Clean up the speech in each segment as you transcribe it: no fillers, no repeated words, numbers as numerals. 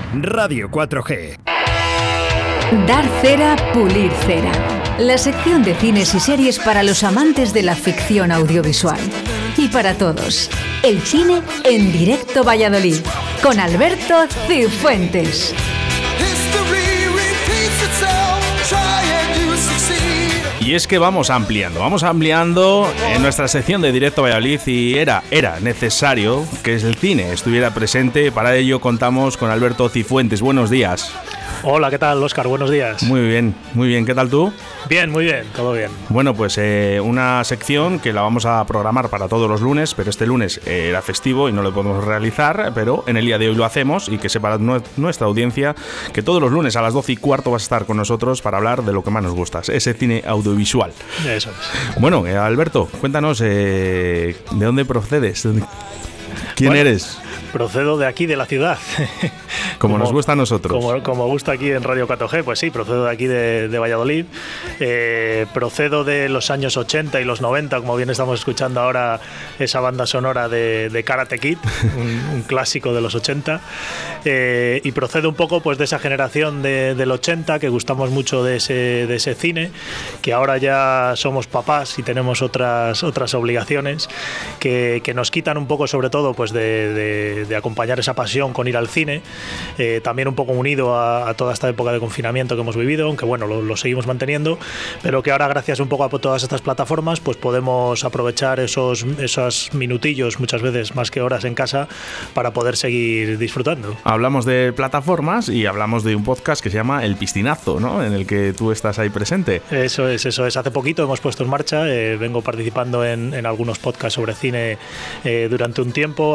Radio 4G. Dar cera, pulir cera. La sección de cines y series para los amantes de la ficción audiovisual. Y para todos, el cine en directo Valladolid, con Alberto Cifuentes. Y es que vamos ampliando en nuestra sección de Directo Valladolid y era necesario que el cine estuviera presente. Para ello contamos con Alberto Cifuentes. Buenos días. Hola, ¿qué tal, Óscar? Buenos días. Muy bien. ¿Qué tal tú? Bien, muy bien, todo bien. Bueno, pues una sección que la vamos a programar para todos los lunes, pero este lunes era festivo y no lo podemos realizar, pero en el día de hoy lo hacemos y que sepa nuestra audiencia que todos los lunes a las 12:15 vas a estar con nosotros para hablar de lo que más nos gusta, ese cine audiovisual. Eso es. Bueno, Alberto, cuéntanos, ¿de dónde procedes? ¿Quién eres? Procedo de aquí, de la ciudad. Como nos gusta a nosotros. Como gusta aquí en Radio 4G, pues sí, procedo de aquí de Valladolid. Procedo de los años 80 y los 90, como bien estamos escuchando ahora esa banda sonora de Karate Kid, un clásico de los 80. Y procedo un poco pues de esa generación del 80 que gustamos mucho de ese cine, que ahora ya somos papás y tenemos otras obligaciones que nos quitan un poco, sobre todo, pues de acompañar esa pasión con ir al cine, también un poco unido a toda esta época de confinamiento que hemos vivido, aunque bueno, lo seguimos manteniendo, pero que ahora gracias un poco a todas estas plataformas pues podemos aprovechar esos minutillos, muchas veces más que horas en casa, para poder seguir disfrutando. Hablamos de plataformas y hablamos de un podcast que se llama El Piscinazo, ¿no? En el que tú estás ahí presente. Eso es. Hace poquito hemos puesto en marcha, vengo participando en algunos podcasts sobre cine durante un tiempo.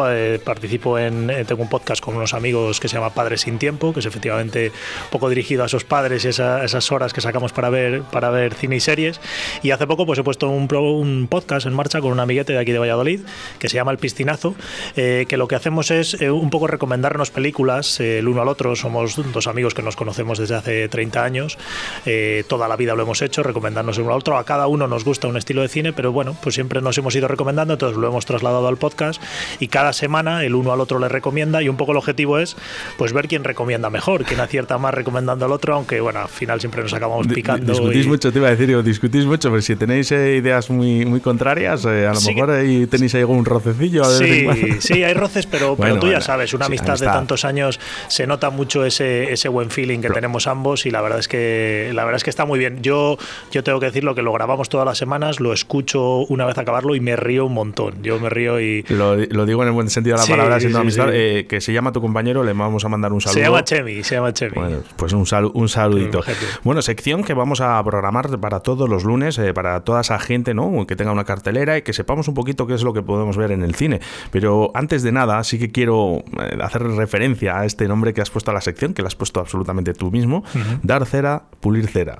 Tengo un podcast con unos amigos que se llama Padres sin Tiempo, que es efectivamente un poco dirigido a esos padres y esas horas que sacamos para ver cine y series. Y hace poco pues he puesto un podcast en marcha con un amiguete de aquí de Valladolid que se llama El Piscinazo, que lo que hacemos es un poco recomendarnos películas el uno al otro. Somos dos amigos que nos conocemos desde hace 30 años, toda la vida lo hemos hecho, recomendarnos el uno al otro. A cada uno nos gusta un estilo de cine, pero bueno, pues siempre nos hemos ido recomendando, entonces lo hemos trasladado al podcast y cada semana el uno al otro le recomienda, y un poco el objetivo es pues ver quién recomienda mejor, quién acierta más recomendando al otro, aunque bueno, al final siempre nos acabamos picando. Discutís mucho, te iba a decir, discutís mucho, pero si tenéis ideas muy contrarias, a lo mejor ahí tenéis ahí algún rocecillo. Sí, hay roces, pero tú ya sabes, una amistad de tantos años se nota mucho ese buen feeling que tenemos ambos, y la verdad es que está muy bien. Yo tengo que decirlo, que lo grabamos todas las semanas, lo escucho una vez acabarlo y me río un montón. Yo me río y... Lo digo en el buen sentido de la palabra, siendo amistad. Que se llama tu compañero, le vamos a mandar un saludo. Se llama Chemi. Bueno, pues un saludito. Bueno, sección que vamos a programar para todos los lunes, para toda esa gente, ¿no?, que tenga una cartelera y que sepamos un poquito qué es lo que podemos ver en el cine. Pero antes de nada, sí que quiero hacer referencia a este nombre que has puesto a la sección, que lo has puesto absolutamente tú mismo. Uh-huh. Dar cera, pulir cera.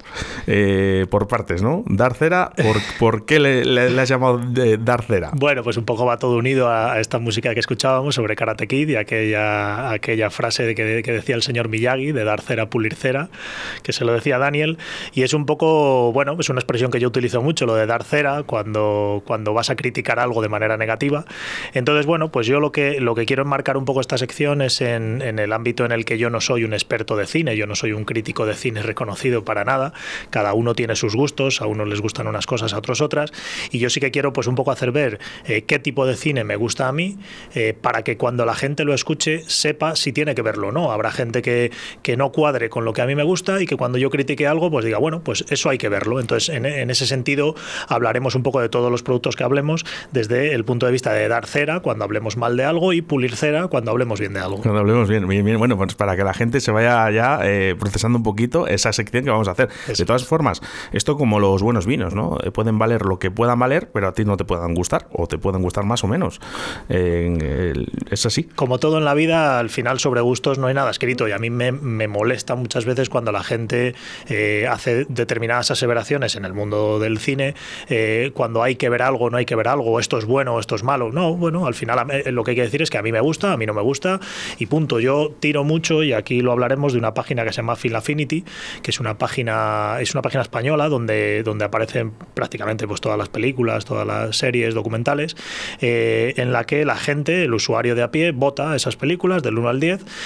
Por partes, ¿no? Dar cera, ¿por qué le has llamado dar cera? Bueno, pues un poco va todo unido a esta música que escuchábamos sobre Karate Kid y aquella frase que decía el señor Miyagi, de dar cera, pulir cera, que se lo decía Daniel, y es un poco, bueno, es una expresión que yo utilizo mucho, lo de dar cera, cuando vas a criticar algo de manera negativa. Entonces, bueno, pues yo lo que quiero enmarcar un poco esta sección es en el ámbito en el que yo no soy un experto de cine, yo no soy un crítico de cine reconocido para nada, cada uno tiene sus gustos, a unos les gustan unas cosas, a otros otras, y yo sí que quiero pues un poco hacer ver qué tipo de cine me gusta a mí, para que cuando la gente lo escuche sepa si tiene que verlo o no. Habrá gente que no cuadre con lo que a mí me gusta y que cuando yo critique algo pues diga, bueno, pues eso hay que verlo. Entonces en ese sentido hablaremos un poco de todos los productos que hablemos desde el punto de vista de dar cera cuando hablemos mal de algo y pulir cera cuando hablemos bien de algo. Cuando hablemos bien. Bueno, pues para que la gente se vaya ya procesando un poquito esa sección que vamos a hacer. Eso. De todas formas, esto como los buenos vinos, ¿no? Pueden valer lo que puedan valer, pero a ti no te puedan gustar o te pueden gustar más o menos. Es así. Como todo en la vida, al final sobre gustos no hay nada escrito, y a mí me molesta muchas veces cuando la gente hace determinadas aseveraciones en el mundo del cine, cuando hay que ver algo, no hay que ver algo, esto es bueno, esto es malo. No, bueno, al final lo que hay que decir es que a mí me gusta, a mí no me gusta y punto. Yo tiro mucho, y aquí lo hablaremos, de una página que se llama Film Affinity, que es una página española donde aparecen prácticamente pues todas las películas, todas las series, documentales, en la que la gente, el usuario de a pie, vota esas películas del 1 al 10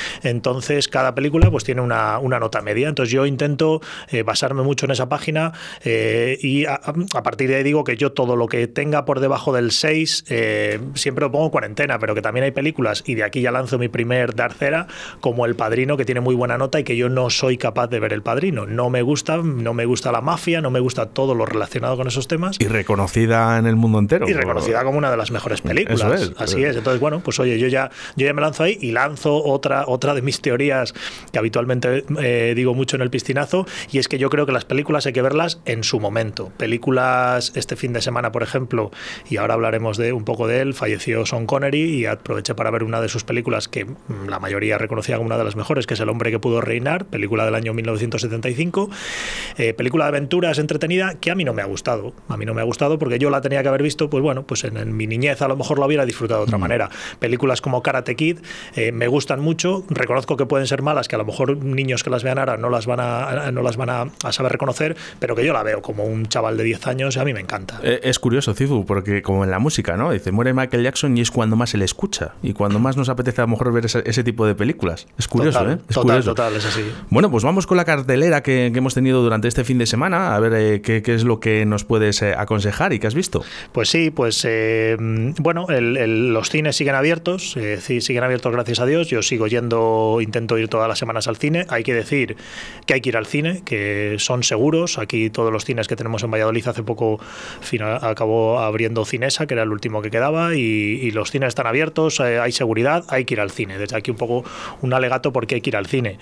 Entonces cada película pues tiene una nota media. Entonces yo intento basarme mucho en esa página y a partir de ahí digo que yo todo lo que tenga por debajo del 6 siempre lo pongo en cuarentena, pero que también hay películas, y de aquí ya lanzo mi primer Darcera, como El Padrino, que tiene muy buena nota y que yo no soy capaz de ver El Padrino. No me gusta la mafia, no me gusta todo lo relacionado con esos temas. Y reconocida en el mundo entero. Y reconocida como una de las mejores películas. Eso es. Así es. Entonces, bueno, pues oye, yo ya me lanzo ahí y lanzo otra de mis teorías que habitualmente digo mucho en el piscinazo, y es que yo creo que las películas hay que verlas en su momento. Películas, este fin de semana, por ejemplo, y ahora hablaremos un poco de él, falleció Sean Connery y aproveché para ver una de sus películas que la mayoría reconocía como una de las mejores, que es El hombre que pudo reinar, película del año 1975, película de aventuras entretenida que a mí no me ha gustado. A mí no me ha gustado porque yo la tenía que haber visto, pues bueno, pues en mi niñez a lo mejor la hubiera disfrutado de otra manera. Películas como Karate Kid me gustan mucho, reconozco que pueden ser malas, que a lo mejor niños que las vean ahora no las van a saber reconocer, pero que yo la veo como un chaval de 10 años y a mí me encanta. Es curioso, Cifu, porque como en la música, ¿no? Dice, muere Michael Jackson y es cuando más se le escucha y cuando más nos apetece a lo mejor ver ese tipo de películas. Es curioso, total, ¿eh? Es curioso. Es así. Bueno, pues vamos con la cartelera que hemos tenido durante este fin de semana, a ver qué es lo que nos puedes aconsejar y qué has visto. Pues sí, bueno, los cines siguen abiertos, siguen abiertos gracias a Dios. Yo sigo intento ir todas las semanas al cine. Hay que decir que hay que ir al cine, que son seguros. Aquí todos los cines que tenemos en Valladolid, hace poco acabó abriendo Cinesa, que era el último que quedaba, y los cines están abiertos, hay seguridad, hay que ir al cine. Desde aquí un poco un alegato porque hay que ir al cine.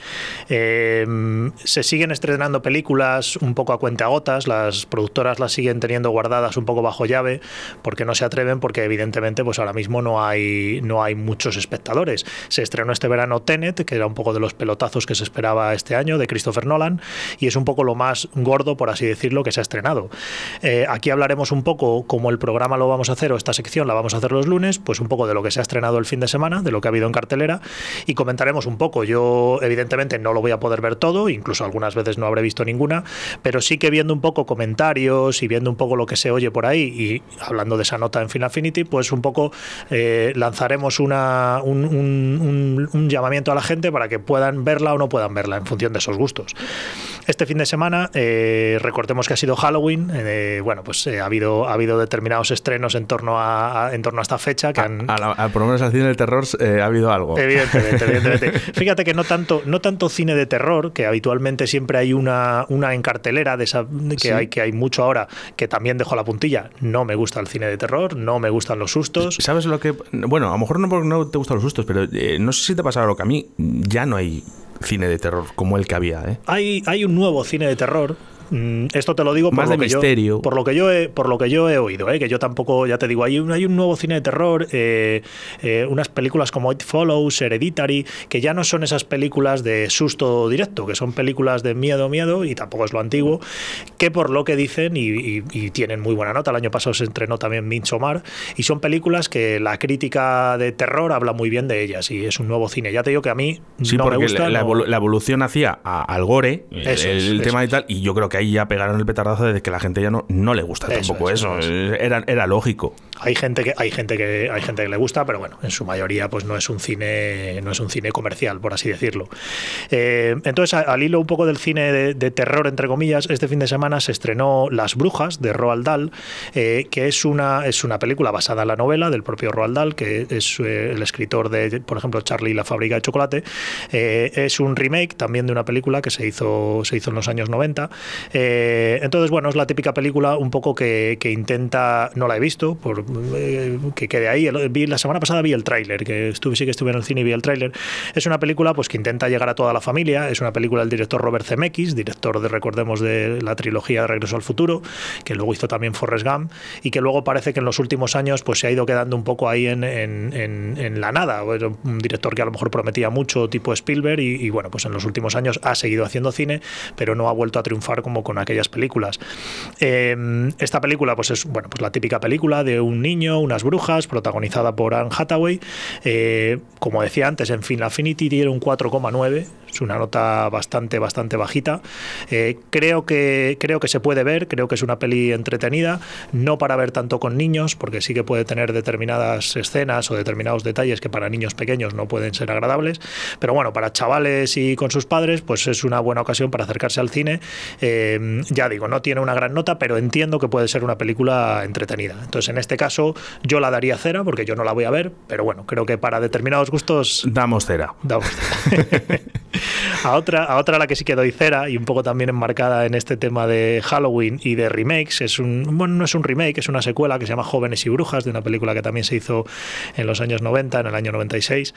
Se siguen estrenando películas un poco a cuentagotas, las productoras las siguen teniendo guardadas un poco bajo llave porque no se atreven, porque evidentemente pues ahora mismo no hay muchos espectadores. Se estrenó este verano Tenet, que era un poco de los pelotazos que se esperaba este año, de Christopher Nolan, y es un poco lo más gordo, por así decirlo, que se ha estrenado. Aquí hablaremos un poco, como el programa lo vamos a hacer, o esta sección la vamos a hacer los lunes, pues un poco de lo que se ha estrenado el fin de semana, de lo que ha habido en cartelera, y comentaremos un poco. Yo evidentemente no lo voy a poder ver todo, incluso algunas veces no habré visto ninguna, pero sí que viendo un poco comentarios y viendo un poco lo que se oye por ahí, y hablando de esa nota en Film Affinity, pues un poco lanzaremos un llamamiento a la gente para que puedan verla o no puedan verla en función de esos gustos. Este fin de semana, recordemos que ha sido Halloween, bueno, pues ha habido determinados estrenos en torno a esta fecha que por lo menos al cine del terror ha habido algo. Evidentemente. Fíjate que no tanto cine de terror, que habitualmente siempre hay una en cartelera de esa que hay mucho ahora, que también dejo la puntilla. No me gusta el cine de terror, no me gustan los sustos. ¿Sabes lo que? Bueno, a lo mejor no te gustan los sustos, pero no sé si te pasa lo que a mí. Ya no hay cine de terror como el que había, ¿eh? Hay un nuevo cine de terror. Esto te lo digo por lo que yo he oído, que yo tampoco, ya te digo, hay un nuevo cine de terror, unas películas como It Follows, Hereditary, que ya no son esas películas de susto directo, que son películas de miedo, y tampoco es lo antiguo, que por lo que dicen y tienen muy buena nota. El año pasado se estrenó también Midsommar, y son películas que la crítica de terror habla muy bien de ellas, y es un nuevo cine. Ya te digo que a mí no me gusta. La evolución hacia al gore, el tema y tal, y yo creo que ahí ya pegaron el petardazo de que la gente ya no le gusta tampoco eso. Era lógico. Hay gente que le gusta, pero bueno, en su mayoría pues no es un cine comercial, por así decirlo. Entonces, al hilo un poco del cine de terror, entre comillas, este fin de semana se estrenó Las Brujas, de Roald Dahl, que es una película basada en la novela del propio Roald Dahl, que es el escritor de, por ejemplo, Charlie y la fábrica de chocolate. Es un remake también de una película que se hizo en los años 90. Entonces, bueno, es la típica película un poco que intenta, no la he visto, que quede ahí. La semana pasada vi el tráiler, sí que estuve en el cine y vi el tráiler. Es una película pues que intenta llegar a toda la familia. Es una película del director Robert Zemeckis, director recordemos, de la trilogía de Regreso al Futuro, que luego hizo también Forrest Gump, y que luego parece que en los últimos años pues se ha ido quedando un poco ahí en la nada. Un director que a lo mejor prometía mucho, tipo Spielberg, y bueno, pues en los últimos años ha seguido haciendo cine, pero no ha vuelto a triunfar como como con aquellas películas. Esta película pues es pues la típica película de un niño, unas brujas, protagonizada por Anne Hathaway. Como decía antes, en Film Affinity tiene un 4,9, es una nota bastante bajita. Creo que se puede ver, creo que es una peli entretenida, no para ver tanto con niños, porque sí que puede tener determinadas escenas o determinados detalles que para niños pequeños no pueden ser agradables, pero bueno, para chavales y con sus padres, pues es una buena ocasión para acercarse al cine. Ya digo, no tiene una gran nota, pero entiendo que puede ser una película entretenida. Entonces, en este caso, yo la daría cera, porque yo no la voy a ver, pero bueno, creo que para determinados gustos... Damos cera. A otra a la que sí que doy cera, y un poco también enmarcada en este tema de Halloween y de remakes, no es un remake, es una secuela que se llama Jóvenes y Brujas, de una película que también se hizo en los años 90, en el año 96.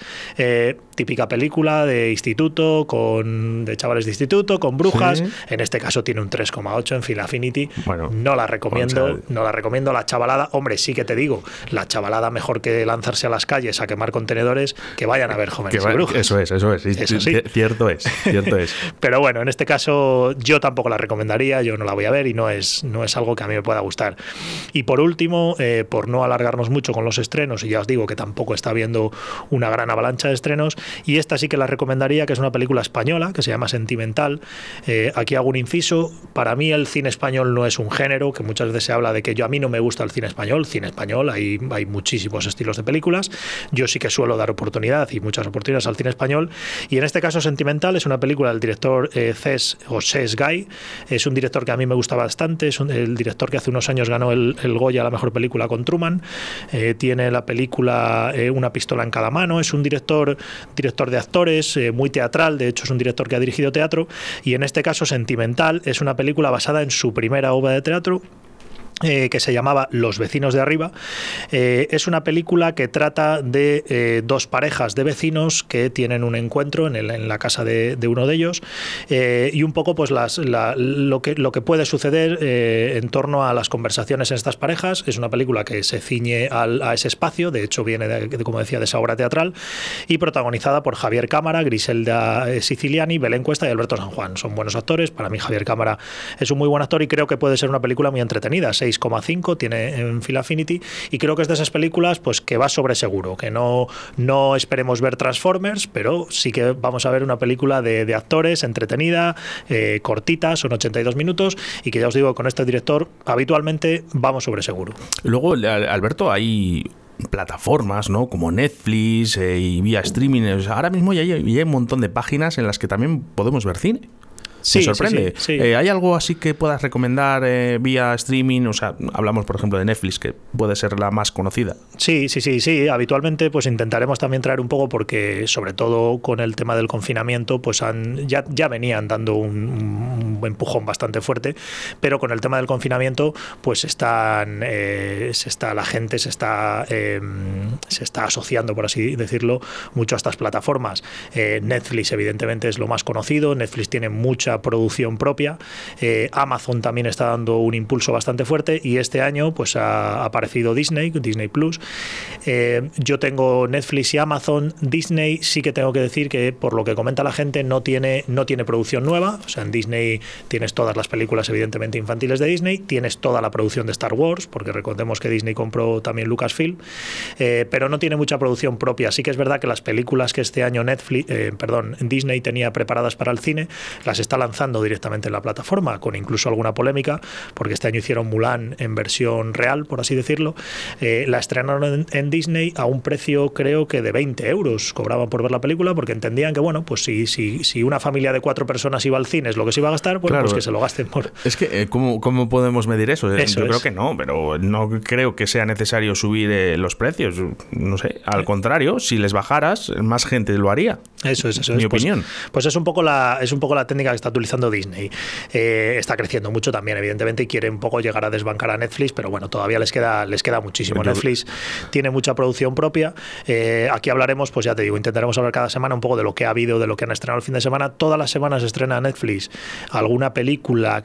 Típica película de instituto, de chavales de instituto, con brujas. ¿Sí? En este caso tiene un 3,8 en Film Affinity. Bueno, no la recomiendo. La chavalada, hombre, sí que te digo, la chavalada, mejor que lanzarse a las calles a quemar contenedores, que vayan a ver Jóvenes y Brujas. Eso es. Eso sí. Cierto es. Pero bueno, en este caso yo tampoco la recomendaría, yo no la voy a ver y no es algo que a mí me pueda gustar. Y por último, por no alargarnos mucho con los estrenos, y ya os digo que tampoco está habiendo una gran avalancha de estrenos, y esta sí que la recomendaría, que es una película española que se llama Sentimental. Aquí hago un inciso: para mí el cine español no es un género, que muchas veces se habla de que a mí no me gusta el cine español. Hay muchísimos estilos de películas, yo sí que suelo dar oportunidad y muchas oportunidades al cine español, y en este caso Sentimental es una película del director Cés Gay. Es un director que a mí me gusta bastante, es el director que hace unos años ganó el Goya a la mejor película con Truman. Tiene la película Una pistola en cada mano. Es un director de actores, muy teatral, de hecho es un director que ha dirigido teatro, y en este caso Sentimental es una película basada en su primera obra de teatro, que se llamaba Los vecinos de arriba. Es una película que trata de dos parejas de vecinos que tienen un encuentro en la casa de uno de ellos, y un poco pues lo que puede suceder en torno a las conversaciones en estas parejas. Es una película que se ciñe a ese espacio, de hecho viene como decía, de esa obra teatral, y protagonizada por Javier Cámara, Griselda Siciliani, Belén Cuesta y Alberto San Juan. Son buenos actores. Para mí Javier Cámara es un muy buen actor y creo que puede ser una película muy entretenida. 6,5 tiene en Film Affinity, y creo que es de esas películas pues que va sobre seguro, que no esperemos ver Transformers, pero sí que vamos a ver una película de actores, entretenida, cortita, son 82 minutos, y que ya os digo, con este director habitualmente vamos sobre seguro. Luego, Alberto, hay plataformas, ¿no?, como Netflix y vía streaming. Ahora mismo ya hay un montón de páginas en las que también podemos ver cine. Sí, me sorprende. Sí. ¿Hay algo así que puedas recomendar vía streaming? O sea, hablamos, por ejemplo, de Netflix, que puede ser la más conocida. Sí. Habitualmente pues intentaremos también traer un poco, porque sobre todo con el tema del confinamiento pues ya venían dando un empujón bastante fuerte, pero con el tema del confinamiento pues la gente se está asociando, por así decirlo, mucho a estas plataformas. Netflix evidentemente es lo más conocido. Netflix tiene mucha producción propia. Amazon también está dando un impulso bastante fuerte, y este año pues ha aparecido Disney Plus. Yo tengo Netflix y Amazon. Disney sí que tengo que decir que, por lo que comenta la gente, no tiene producción nueva. O sea, en Disney tienes todas las películas evidentemente infantiles de Disney, tienes toda la producción de Star Wars, porque recordemos que Disney compró también Lucasfilm, pero no tiene mucha producción propia. Sí que es verdad que las películas que este año Disney tenía preparadas para el cine las está lanzando directamente en la plataforma, con incluso alguna polémica, porque este año hicieron Mulan en versión real, por así decirlo. La estrenaron en Disney a un precio, creo que de 20 euros cobraban por ver la película, porque entendían que, bueno, pues si una familia de 4 personas iba al cine es lo que se iba a gastar, bueno, claro, pues que se lo gasten por... Es que, ¿cómo podemos medir eso? Yo creo que no, pero no creo que sea necesario subir los precios. No sé, al contrario, si les bajaras, más gente lo haría. Eso es. Mi opinión. Pues es un poco la técnica que está utilizando Disney. Está creciendo mucho también, evidentemente, y quiere un poco llegar a desbancar a Netflix, pero bueno, todavía les queda muchísimo. Netflix tiene mucha producción propia. Aquí hablaremos, pues ya te digo, intentaremos hablar cada semana un poco de lo que ha habido, de lo que han estrenado el fin de semana. Todas las semanas estrena Netflix alguna película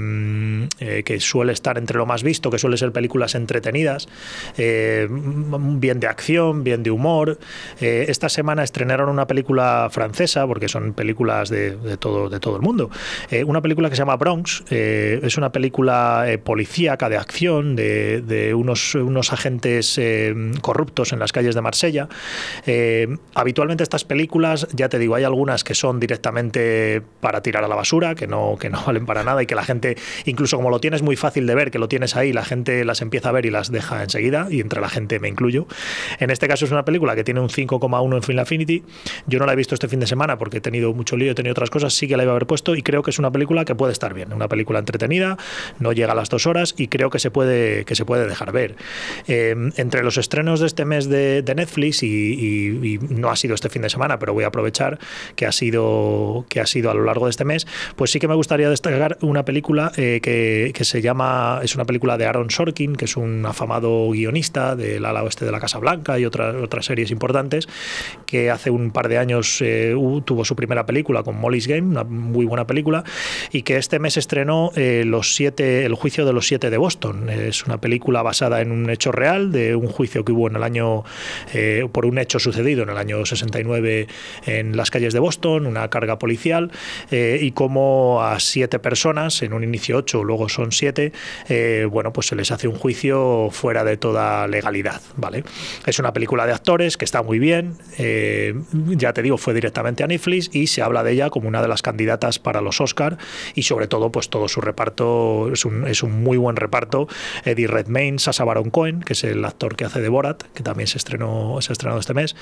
que suele estar entre lo más visto, que suele ser películas entretenidas, bien de acción, bien de humor. Esta semana estrenaron una película película francesa, porque son películas de todo el mundo. Una película que se llama Bronx, es una película policíaca de acción de unos agentes corruptos en las calles de Marsella. Habitualmente estas películas, ya te digo, hay algunas que son directamente para tirar a la basura, que no valen para nada y que la gente, incluso como lo tienes muy fácil de ver, que lo tienes ahí, la gente las empieza a ver y las deja enseguida, y entre la gente me incluyo. En este caso es una película que tiene un 5,1 en Film Affinity. Yo no la he visto este fin de semana porque he tenido mucho lío, he tenido otras cosas, sí que la iba a haber puesto, y creo que es una película que puede estar bien, una película entretenida, no llega a las 2 horas y creo que se puede dejar ver. Entre los estrenos de este mes de Netflix, y no ha sido este fin de semana, pero voy a aprovechar que ha sido a lo largo de este mes, pues sí que me gustaría destacar una película que se llama, es una película de Aaron Sorkin, que es un afamado guionista del ala oeste de la Casa Blanca y otras series importantes, que hace un par de años tuvo su primera película con Molly's Game, una muy buena película, y que este mes estrenó El juicio de los 7 de Boston. Es una película basada en un hecho real, de un juicio que hubo en el año, por un hecho sucedido en el año 69 en las calles de Boston, una carga policial, y cómo a 7 personas, en un inicio 8, luego son 7, bueno, pues se les hace un juicio fuera de toda legalidad, ¿vale? Es una película de actores que está muy bien, ya te digo, fue directamente a Netflix y se habla de ella como una de las candidatas para los Oscar, y sobre todo, pues todo su reparto es un muy buen reparto. Eddie Redmayne, Sacha Baron Cohen, que es el actor que hace de Borat, que también se ha estrenado este mes,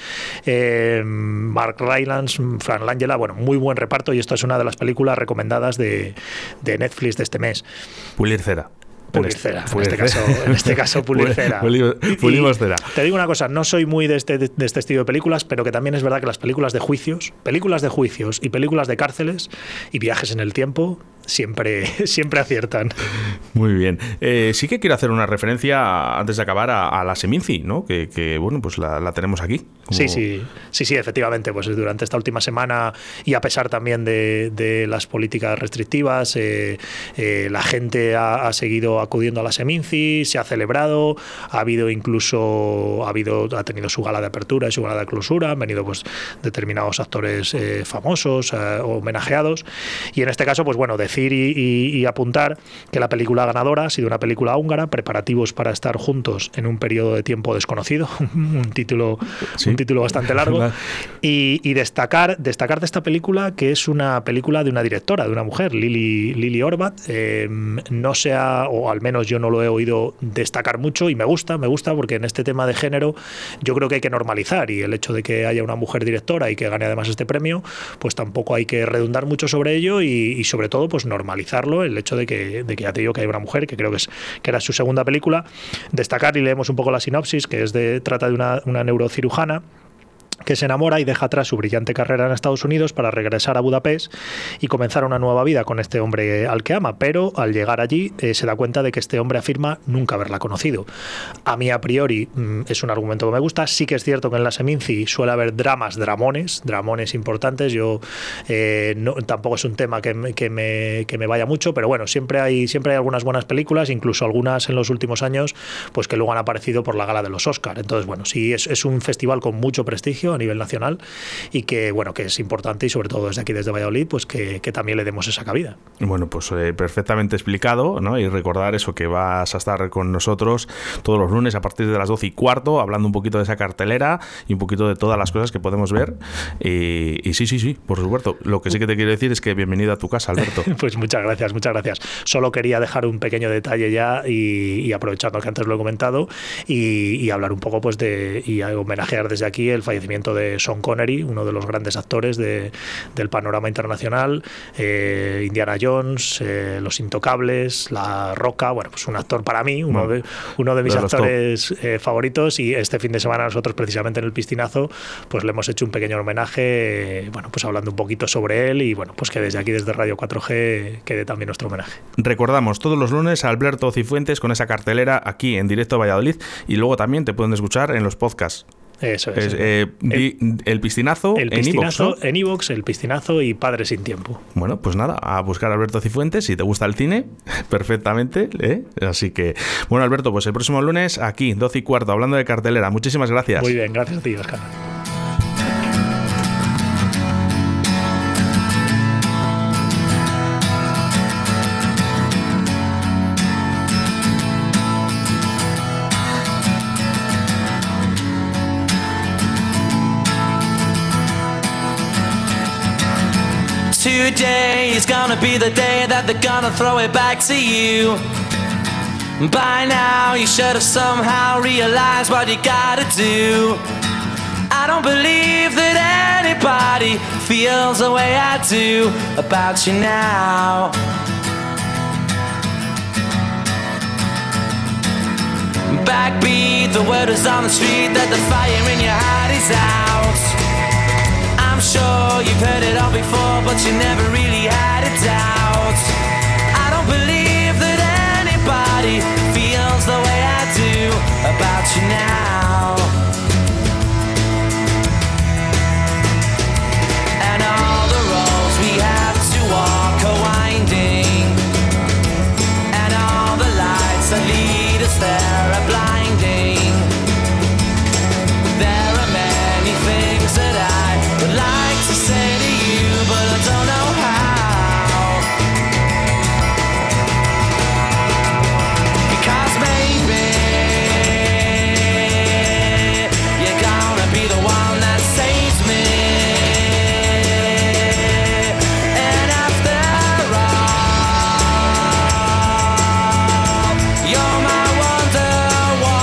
Mark Rylance, Frank Langella, bueno, muy buen reparto, y esto es una de las películas recomendadas de Netflix de este mes. Pulir cera. En este caso pulir cera. Pulimos cera. Te digo una cosa, no soy muy de este estilo de películas, pero que también es verdad que las películas de juicios y películas de cárceles y viajes en el tiempo siempre aciertan. Muy bien. Sí que quiero hacer una referencia antes de acabar a la Seminci, ¿no? Que bueno, pues la tenemos aquí. Como... Sí, efectivamente. Pues durante esta última semana, y a pesar también de las políticas restrictivas, la gente ha seguido acudiendo a la Seminci, se ha celebrado, ha tenido su gala de apertura y su gala de clausura, han venido pues determinados actores famosos, homenajeados, y en este caso, pues bueno, decir y apuntar que la película ganadora ha sido una película húngara, Preparativos para estar juntos en un periodo de tiempo desconocido, un título bastante largo, y destacar de esta película que es una película de una directora, de una mujer, Lili Horvath. No sea, o al menos yo no lo he oído destacar mucho, y me gusta porque en este tema de género yo creo que hay que normalizar, y el hecho de que haya una mujer directora y que gane además este premio, pues tampoco hay que redundar mucho sobre ello, y sobre todo pues normalizarlo, el hecho de que ya te digo que hay una mujer, que creo que era su segunda película. Destacar, y leemos un poco la sinopsis, que trata de una neurocirujana que se enamora y deja atrás su brillante carrera en Estados Unidos para regresar a Budapest y comenzar una nueva vida con este hombre al que ama, pero al llegar allí se da cuenta de que este hombre afirma nunca haberla conocido. A mí, a priori, es un argumento que me gusta. Sí que es cierto que en la Seminci suele haber dramones importantes. Yo tampoco es un tema que me vaya mucho, pero bueno, siempre hay algunas buenas películas, incluso algunas en los últimos años, pues que luego han aparecido por la gala de los Oscar. Entonces, bueno, sí es un festival con mucho prestigio a nivel nacional, y que bueno, que es importante, y sobre todo desde aquí, desde Valladolid, pues que también le demos esa cabida. Bueno, pues perfectamente explicado, ¿no? Y recordar eso, que vas a estar con nosotros todos los lunes a partir de las 12:15, hablando un poquito de esa cartelera y un poquito de todas las cosas que podemos ver. Y sí, por supuesto. Lo que sí que te quiero decir es que bienvenido a tu casa, Alberto. Pues muchas gracias. Solo quería dejar un pequeño detalle ya, y aprovechando que antes lo he comentado, y hablar un poco, pues y homenajear desde aquí el fallecimiento de Sean Connery, uno de los grandes actores del panorama internacional, Indiana Jones, Los Intocables, La Roca, bueno, pues un actor para mí, uno de mis actores favoritos, y este fin de semana nosotros precisamente en el Piscinazo pues le hemos hecho un pequeño homenaje, bueno, pues hablando un poquito sobre él, y bueno, pues que desde aquí, desde Radio 4G, quede también nuestro homenaje. Recordamos, todos los lunes a Alberto Cifuentes con esa cartelera aquí en directo a Valladolid, y luego también te pueden escuchar en los podcasts. Eso es. El Piscinazo en iVoox, El Piscinazo y Padre sin Tiempo. Bueno, pues nada, a buscar a Alberto Cifuentes si te gusta el cine, perfectamente, ¿eh? Así que, bueno, Alberto, pues el próximo lunes aquí, 12:15, hablando de cartelera. Muchísimas gracias. Muy bien, gracias a ti, Óscar. Today is gonna be the day that they're gonna throw it back to you. By now you should have somehow realized what you gotta do. I don't believe that anybody feels the way I do about you now. Backbeat, the word is on the street that the fire in your heart is out. I'm sure you've heard it all before, but you never really had a doubt. I don't believe that anybody feels the way I do about you now. And all the roads we have to walk are winding, and all the lights that lead us there are blinding. There are many things that I would like to say to you, but I don't know how. Because maybe you're gonna be the one that saves me. And after all, you're my Wonderwall.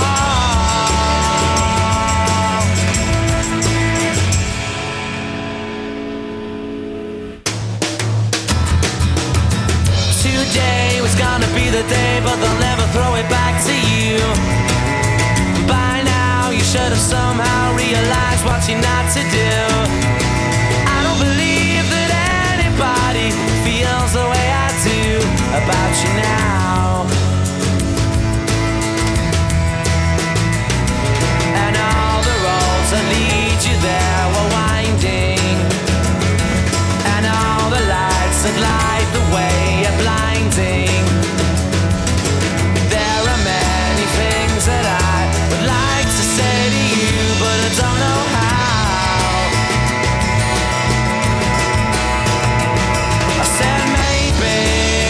Today was gonna be the day, but they'll never throw it back to you. By now you should have somehow realized what you're not to do. I don't believe that anybody feels the way I do about you now. And all the roads that lead you there were winding, and all the lights that light the way are blinding. There are many things that I would like to say to you, but I don't know how. I said maybe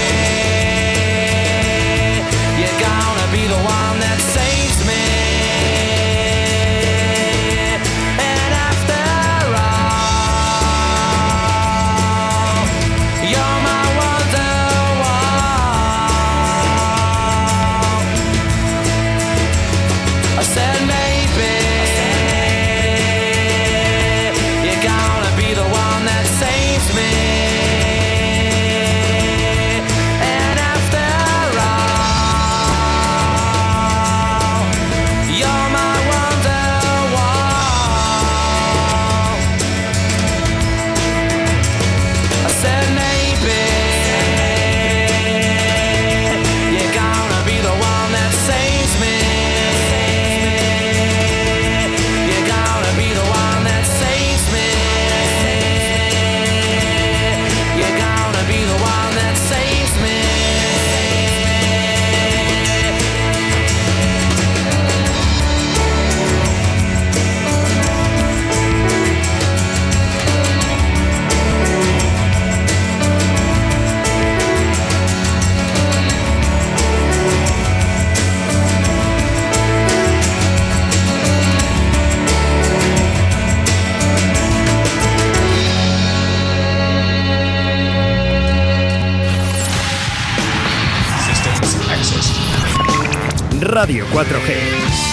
you're gonna be the one that saves me. And after all, you're my Wonderwall. I said maybe you're gonna be the one that saves me. And after all, you're my Wonderwall. I said maybe you're gonna be the one that saves me. You're gonna be the one that saves me. You're gonna be the one that saves me. Radio 4G.